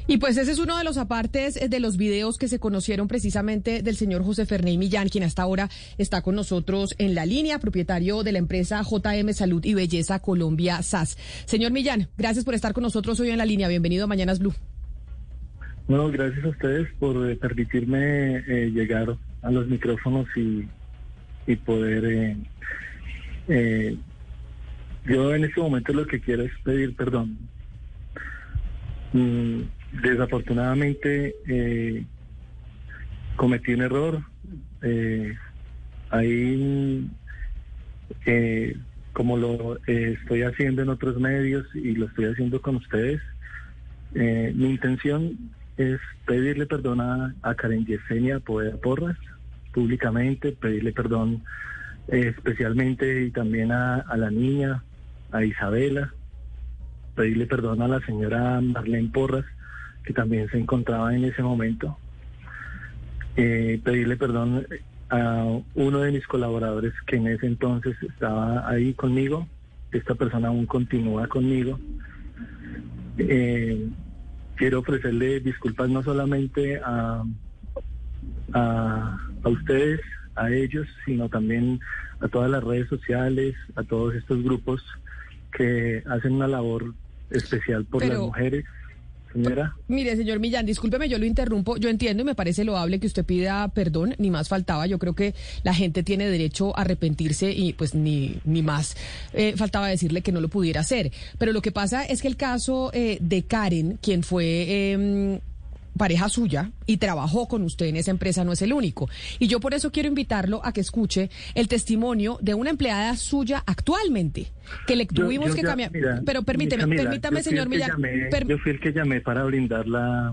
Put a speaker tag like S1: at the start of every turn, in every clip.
S1: Y pues ese es uno de los apartes de los videos que se conocieron precisamente del señor José Fernández Millán, quien hasta ahora está con nosotros en la línea, propietario de la empresa JM Salud y Belleza Colombia SAS. Señor Millán, gracias por estar con nosotros hoy en la línea. Bienvenido a Mañanas Blue.
S2: No, gracias a ustedes por permitirme llegar a los micrófonos y poder... yo en este momento lo que quiero es pedir perdón. Desafortunadamente cometí un error. Ahí, como lo estoy haciendo en otros medios y lo estoy haciendo con ustedes, mi intención es pedirle perdón a Karen Yesenia Poveda Porras públicamente, pedirle perdón especialmente y también a la niña, a Isabela, pedirle perdón a la señora Marlene Porras, que también se encontraba en ese momento, pedirle perdón a uno de mis colaboradores que en ese entonces estaba ahí conmigo. Esta persona aún continúa conmigo. Quiero ofrecerle disculpas no solamente a ustedes, a ellos, sino también a todas las redes sociales, a todos estos grupos que hacen una labor especial por las mujeres. Señora.
S1: Mire, señor Millán, discúlpeme, yo lo interrumpo. Yo entiendo y me parece loable que usted pida perdón, ni más faltaba. Yo creo que la gente tiene derecho a arrepentirse y pues ni más faltaba decirle que no lo pudiera hacer. Pero lo que pasa es que el caso de Karen, quien fue pareja suya y trabajó con usted en esa empresa, no es el único. Y yo por eso quiero invitarlo a que escuche el testimonio de una empleada suya actualmente, que le tuvimos que cambiar. Mira, pero permítame, señor Millán.
S2: Yo fui el que llamé para brindar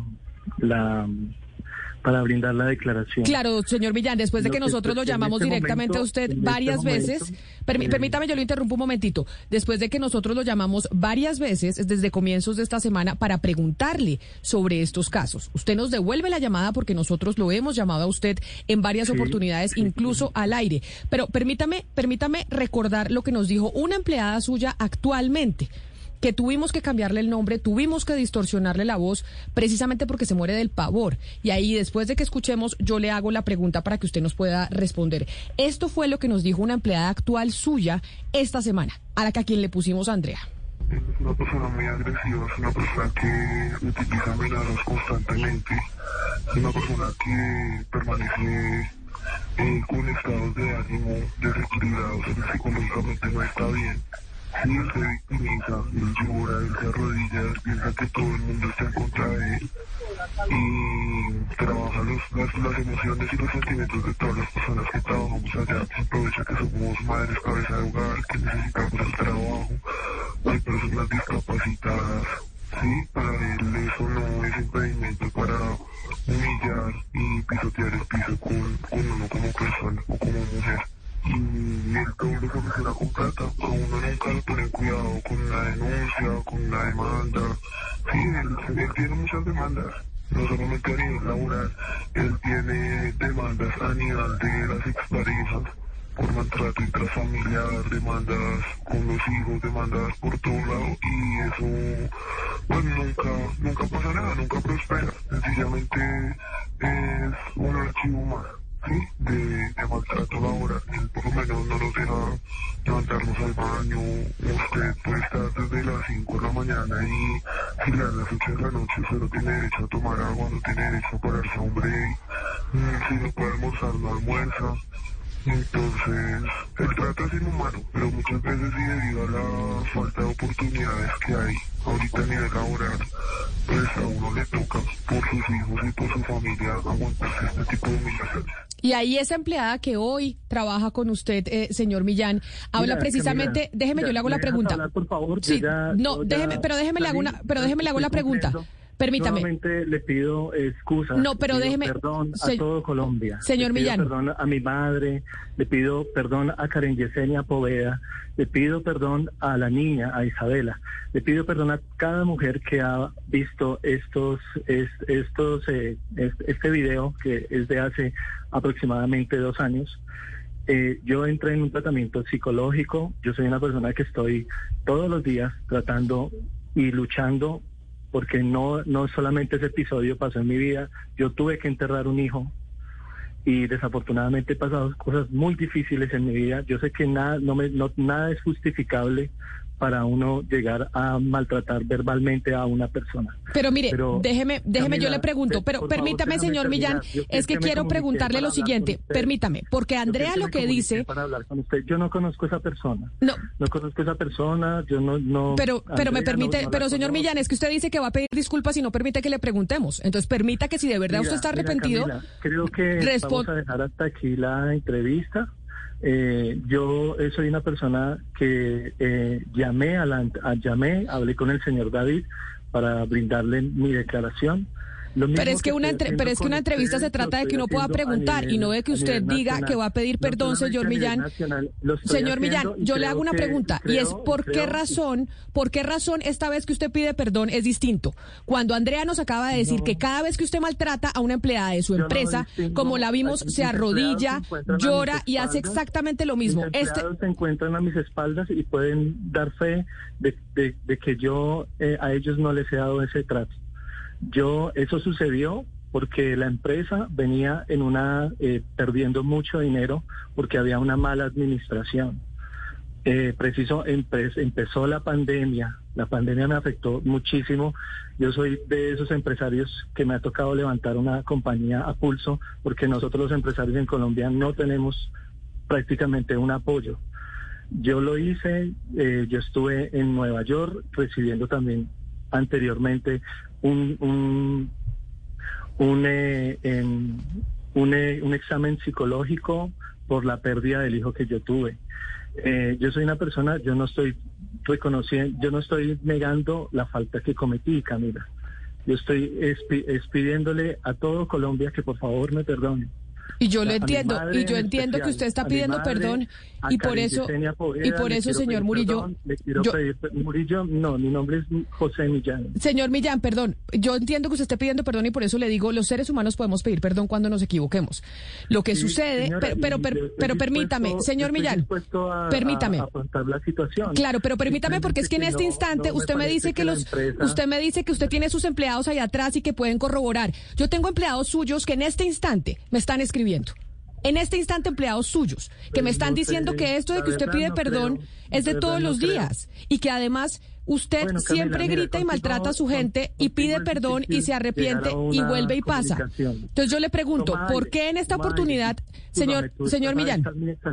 S2: para brindar la declaración.
S1: Claro, señor Millán, después de que nosotros lo llamamos directamente a usted varias veces, permítame, yo lo interrumpo un momentito, después de que nosotros lo llamamos varias veces desde comienzos de esta semana para preguntarle sobre estos casos. Usted nos devuelve la llamada porque nosotros lo hemos llamado a usted en varias oportunidades, incluso al aire. Pero permítame recordar lo que nos dijo una empleada suya actualmente, que tuvimos que cambiarle el nombre, tuvimos que distorsionarle la voz, precisamente porque se muere del pavor. Y ahí, después de que escuchemos, yo le hago la pregunta para que usted nos pueda responder. Esto fue lo que nos dijo una empleada actual suya esta semana, a quien le pusimos a Andrea.
S3: Es una persona muy agresiva, es una persona que utiliza amenazas constantemente, es una persona que permanece con estados de ánimo desequilibrados, psicológicamente no está bien. Sí, él se victimiza, él llora, él se arrodilla, él piensa que todo el mundo está en contra de él y trabaja las emociones y los sentimientos de todas las personas que trabajamos allá. Se aprovecha que somos madres cabeza de hogar, que necesitamos el trabajo, hay personas discapacitadas. Sí, para él eso no es impedimento para humillar y pisotear el piso con uno como persona o como mujer. Y él todo lo soluciona con plata. A uno nunca le ponen cuidado con la denuncia, con la demanda. Sí, él tiene muchas demandas, no solamente a nivel laboral, él tiene demandas a nivel de las exparejas por maltrato intrafamiliar, demandas con los hijos, demandas por todo lado, y eso pues nunca pasa nada, nunca prospera. Sencillamente es un archivo más, ¿sí?, de maltrato laboral. Por lo menos no nos deja levantarnos al baño. Usted puede estar desde las 5 de la mañana y si le dan las 8 de la noche, usted no tiene derecho a tomar agua, no tiene derecho a pararse a un break. Si no puede almorzar, no almuerza. Entonces, el trato es inhumano, pero muchas veces sí, debido a la falta de oportunidades que hay ahorita a nivel laboral, pues a uno le toca, por sus hijos y por su familia, aguantarse este tipo de humillaciones.
S1: Y ahí esa empleada que hoy trabaja con usted, señor Millán, habla precisamente, déjeme, yo le hago la pregunta.
S2: Hablar, por favor,
S1: sí, déjeme le hago la pregunta. Permítame.
S2: Solamente le pido excusas.
S1: No, pero déjeme.
S2: Perdón a todo Colombia.
S1: Señor Millán.
S2: Le pido perdón a mi madre, le pido perdón a Karen Yesenia Poveda, le pido perdón a la niña, a Isabela, le pido perdón a cada mujer que ha visto este video, que es de hace aproximadamente 2 años. Yo entré en un tratamiento psicológico. Yo soy una persona que estoy todos los días tratando y luchando porque no solamente ese episodio pasó en mi vida, yo tuve que enterrar un hijo y desafortunadamente he pasado cosas muy difíciles en mi vida. Yo sé que nada es justificable para uno llegar a maltratar verbalmente a una persona.
S1: Pero mire, déjeme, Camila, yo le pregunto, pero permítame, señor Millán, es que quiero preguntarle lo siguiente, permítame, porque Andrea lo que dice...
S2: Para hablar con usted, yo no conozco a esa persona. No conozco a esa persona, yo no...
S1: Pero me permite, pero señor Millán, es que usted dice que va a pedir disculpas y no permite que le preguntemos. Entonces permita que si de verdad usted está arrepentido...
S2: Camila, creo que vamos a dejar hasta aquí la entrevista. Yo soy una persona que llamé, hablé con el señor David para brindarle mi declaración.
S1: Pero es que una entrevista se trata de que uno pueda preguntar y no de que usted diga que va a pedir perdón, señor Millán. Señor Millán, yo le hago una pregunta y es ¿por qué razón esta vez que usted pide perdón es distinto? Cuando Andrea nos acaba de decir que cada vez que usted maltrata a una empleada de su empresa, como la vimos, se arrodilla, llora y hace exactamente lo mismo.
S2: Mis empleados se encuentran a mis espaldas y pueden dar fe de que yo a ellos no les he dado ese trato. Eso sucedió porque la empresa venía perdiendo mucho dinero porque había una mala administración. Empezó la pandemia me afectó muchísimo. Yo soy de esos empresarios que me ha tocado levantar una compañía a pulso porque nosotros los empresarios en Colombia no tenemos prácticamente un apoyo. Yo lo hice, yo estuve en Nueva York recibiendo también anteriormente un examen psicológico por la pérdida del hijo que yo tuve. Yo soy una persona, yo no estoy negando la falta que cometí, Camila. Yo estoy pidiéndole a todo Colombia que por favor me perdone.
S1: Y yo lo entiendo, y yo entiendo que usted está pidiendo perdón, y por eso, señor Murillo,
S2: Murillo, no, mi nombre es José Millán.
S1: Señor Millán, perdón, yo entiendo que usted esté pidiendo perdón y por eso le digo, los seres humanos podemos pedir perdón cuando nos equivoquemos. Lo que sucede, señora, pero permítame, señor Millán, permítame.
S2: A afrontar la situación.
S1: Claro, pero permítame porque es que en este instante usted me dice que usted tiene sus empleados allá atrás y que pueden corroborar. Yo tengo empleados suyos que en este instante me están escribiendo. En este instante empleados suyos que me están diciendo que esto de que usted pide perdón es de todos los días y que además usted siempre grita y maltrata a su gente y pide perdón y se arrepiente y vuelve y pasa. Entonces yo le pregunto, ¿por qué en esta oportunidad, señor Millán?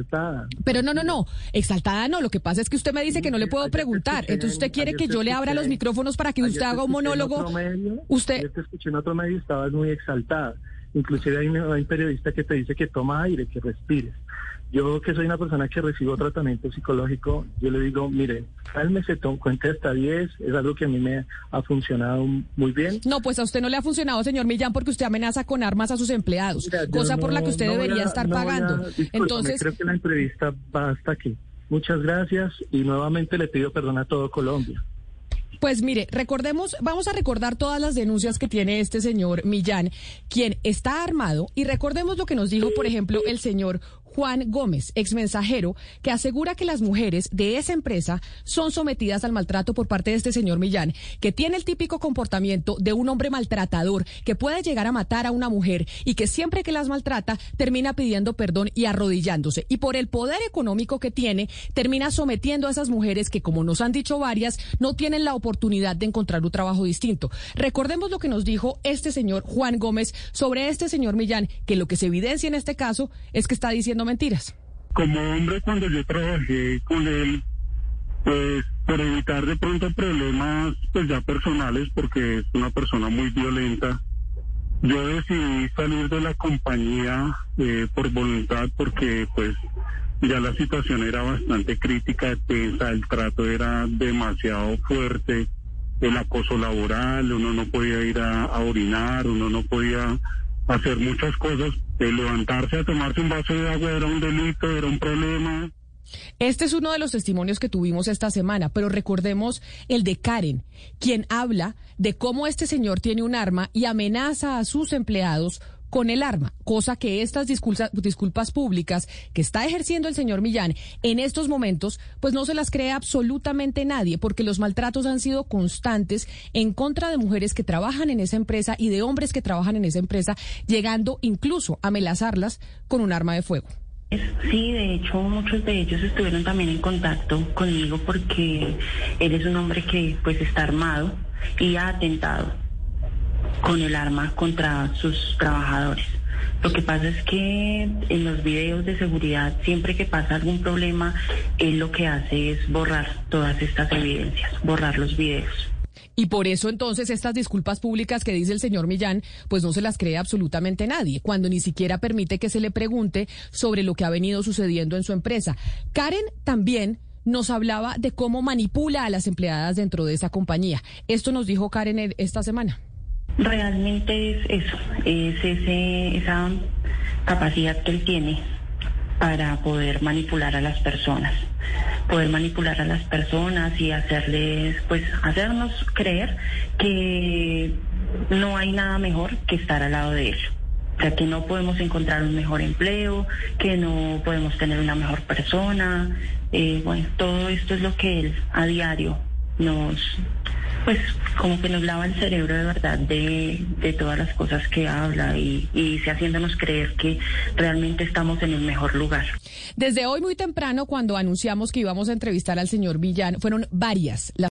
S1: Pero no, exaltada no, lo que pasa es que usted me dice que no le puedo preguntar, entonces usted quiere que yo le abra los micrófonos para que usted haga un monólogo.
S2: Yo te escuché en otro medio y estabas muy exaltada. Inclusive hay un periodista que te dice que toma aire, que respires. Yo, que soy una persona que recibo tratamiento psicológico, yo le digo, mire, cálmese, cuente hasta 10, es algo que a mí me ha funcionado muy bien.
S1: No, pues a usted no le ha funcionado, señor Millán, porque usted amenaza con armas a sus empleados, cosa por la que usted debería estar pagando. Entonces,
S2: creo que la entrevista va hasta aquí. Muchas gracias y nuevamente le pido perdón a todo Colombia.
S1: Pues mire, vamos a recordar todas las denuncias que tiene este señor Millán, quien está armado, y recordemos lo que nos dijo, por ejemplo, el señor Juan Gómez, exmensajero, que asegura que las mujeres de esa empresa son sometidas al maltrato por parte de este señor Millán, que tiene el típico comportamiento de un hombre maltratador, que puede llegar a matar a una mujer y que siempre que las maltrata termina pidiendo perdón y arrodillándose. Y por el poder económico que tiene, termina sometiendo a esas mujeres que, como nos han dicho varias, no tienen la oportunidad de encontrar un trabajo distinto. Recordemos lo que nos dijo este señor Juan Gómez sobre este señor Millán, que lo que se evidencia en este caso es que está diciendo mentiras.
S3: Como hombre, cuando yo trabajé con él, pues por evitar de pronto problemas pues ya personales, porque es una persona muy violenta, yo decidí salir de la compañía por voluntad, porque pues ya la situación era bastante crítica, tensa, el trato era demasiado fuerte, el acoso laboral, uno no podía ir a orinar, uno no podía hacer muchas cosas. Levantarse a tomarse un vaso de agua era un delito, era un problema.
S1: Este es uno de los testimonios que tuvimos esta semana, pero recordemos el de Karen, quien habla de cómo este señor tiene un arma y amenaza a sus empleados con el arma, cosa que estas disculpas públicas que está ejerciendo el señor Millán en estos momentos, pues no se las cree absolutamente nadie, porque los maltratos han sido constantes en contra de mujeres que trabajan en esa empresa y de hombres que trabajan en esa empresa, llegando incluso a amenazarlas con un arma de fuego.
S4: Sí, de hecho muchos de ellos estuvieron también en contacto conmigo porque él es un hombre que pues está armado y ha atentado con el arma contra sus trabajadores. Lo que pasa es que en los videos de seguridad, siempre que pasa algún problema, él lo que hace es borrar todas estas evidencias, borrar los videos.
S1: Y por eso entonces estas disculpas públicas que dice el señor Millán, pues no se las cree absolutamente nadie, cuando ni siquiera permite que se le pregunte sobre lo que ha venido sucediendo en su empresa. Karen también nos hablaba de cómo manipula a las empleadas dentro de esa compañía. Esto nos dijo Karen esta semana.
S4: Realmente es eso, esa capacidad que él tiene para poder manipular a las personas. Y hacernos creer que no hay nada mejor que estar al lado de él. O sea, que no podemos encontrar un mejor empleo, que no podemos tener una mejor persona. Todo esto es lo que él a diario como que nos lava el cerebro de verdad de todas las cosas que habla y haciéndonos creer que realmente estamos en el mejor lugar.
S1: Desde hoy muy temprano, cuando anunciamos que íbamos a entrevistar al señor Millán, fueron varias las